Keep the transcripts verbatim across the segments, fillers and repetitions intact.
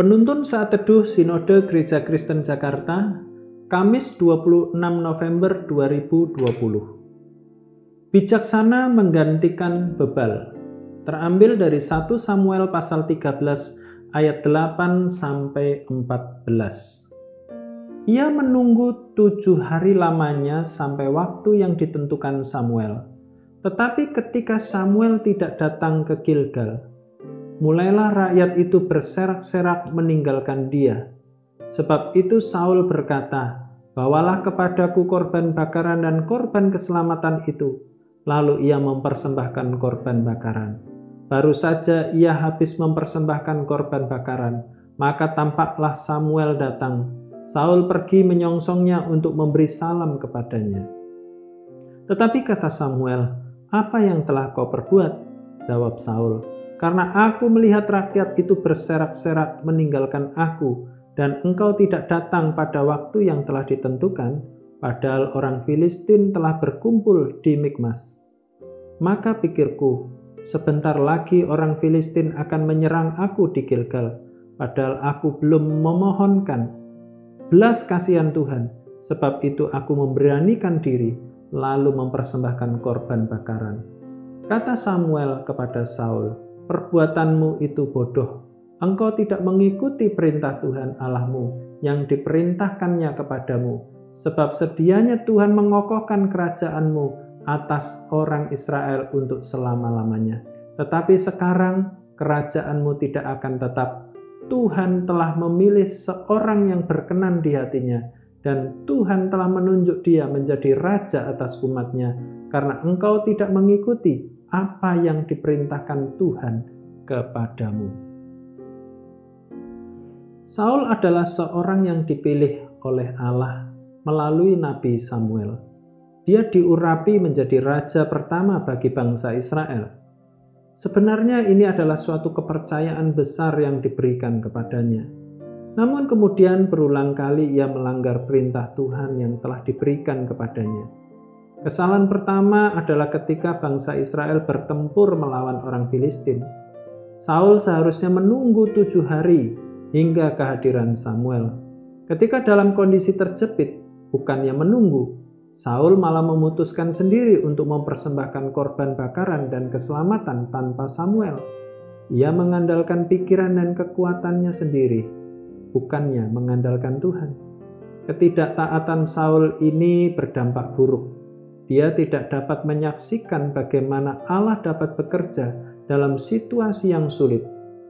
Penuntun Saat Teduh Sinode Gereja Kristen Jakarta, Kamis dua puluh enam November dua ribu dua puluh. Bijaksana menggantikan bebal. Terambil dari satu Samuel pasal tiga belas ayat delapan sampai empat belas. Ia menunggu tujuh hari lamanya sampai waktu yang ditentukan Samuel. Tetapi ketika Samuel tidak datang ke Gilgal, mulailah rakyat itu berserak-serak meninggalkan dia. Sebab itu Saul berkata, "Bawalah kepadaku korban bakaran dan korban keselamatan itu." Lalu ia mempersembahkan korban bakaran. Baru saja ia habis mempersembahkan korban bakaran, maka tampaklah Samuel datang. Saul pergi menyongsongnya untuk memberi salam kepadanya. Tetapi kata Samuel, "Apa yang telah kau perbuat?" Jawab Saul, "Karena aku melihat rakyat itu berserak-serak meninggalkan aku, dan engkau tidak datang pada waktu yang telah ditentukan, padahal orang Filistin telah berkumpul di Mikmas. Maka pikirku, sebentar lagi orang Filistin akan menyerang aku di Gilgal, padahal aku belum memohonkan belas kasihan Tuhan. Sebab itu aku memberanikan diri, lalu mempersembahkan korban bakaran." Kata Samuel kepada Saul, "Perbuatanmu itu bodoh. Engkau tidak mengikuti perintah Tuhan Allahmu yang diperintahkannya kepadamu. Sebab sedianya Tuhan mengokohkan kerajaanmu atas orang Israel untuk selama-lamanya. Tetapi sekarang kerajaanmu tidak akan tetap. Tuhan telah memilih seorang yang berkenan di hatinya, dan Tuhan telah menunjuk dia menjadi raja atas umatnya, karena engkau tidak mengikuti apa yang diperintahkan Tuhan kepadamu." Saul adalah seorang yang dipilih oleh Allah melalui Nabi Samuel. Dia diurapi menjadi raja pertama bagi bangsa Israel. Sebenarnya ini adalah suatu kepercayaan besar yang diberikan kepadanya. Namun kemudian berulang kali ia melanggar perintah Tuhan yang telah diberikan kepadanya. Kesalahan pertama adalah ketika bangsa Israel bertempur melawan orang Filistin. Saul seharusnya menunggu tujuh hari hingga kehadiran Samuel. Ketika dalam kondisi terjepit, bukannya menunggu, Saul malah memutuskan sendiri untuk mempersembahkan korban bakaran dan keselamatan tanpa Samuel. Ia mengandalkan pikiran dan kekuatannya sendiri, bukannya mengandalkan Tuhan. Ketidaktaatan Saul ini berdampak buruk. Dia tidak dapat menyaksikan bagaimana Allah dapat bekerja dalam situasi yang sulit.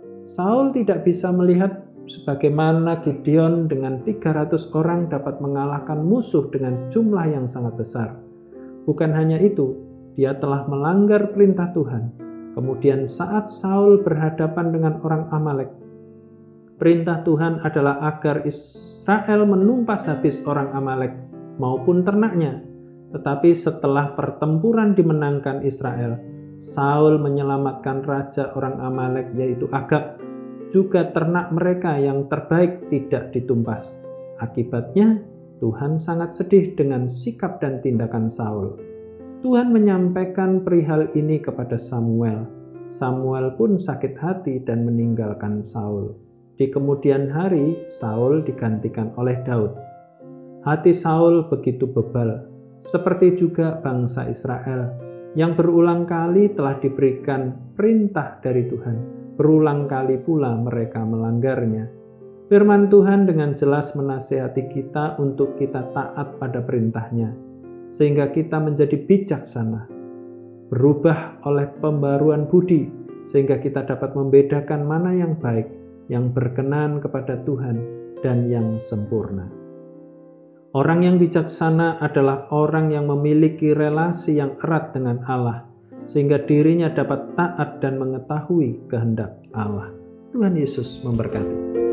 Saul tidak bisa melihat sebagaimana Gideon dengan tiga ratus orang dapat mengalahkan musuh dengan jumlah yang sangat besar. Bukan hanya itu, dia telah melanggar perintah Tuhan. Kemudian saat Saul berhadapan dengan orang Amalek, perintah Tuhan adalah agar Israel menumpas habis orang Amalek maupun ternaknya. Tetapi setelah pertempuran dimenangkan Israel, Saul menyelamatkan raja orang Amalek yaitu Agag. Juga ternak mereka yang terbaik tidak ditumpas. Akibatnya, Tuhan sangat sedih dengan sikap dan tindakan Saul. Tuhan menyampaikan perihal ini kepada Samuel. Samuel pun sakit hati dan meninggalkan Saul. Di kemudian hari, Saul digantikan oleh Daud. Hati Saul begitu bebal, seperti juga bangsa Israel yang berulang kali telah diberikan perintah dari Tuhan. Berulang kali pula mereka melanggarnya. Firman Tuhan dengan jelas menasihati kita untuk kita taat pada perintahnya, sehingga kita menjadi bijaksana, berubah oleh pembaruan budi, sehingga kita dapat membedakan mana yang baik, yang berkenan kepada Tuhan, dan yang sempurna. Orang yang bijaksana adalah orang yang memiliki relasi yang erat dengan Allah, sehingga dirinya dapat taat dan mengetahui kehendak Allah. Tuhan Yesus memberkati.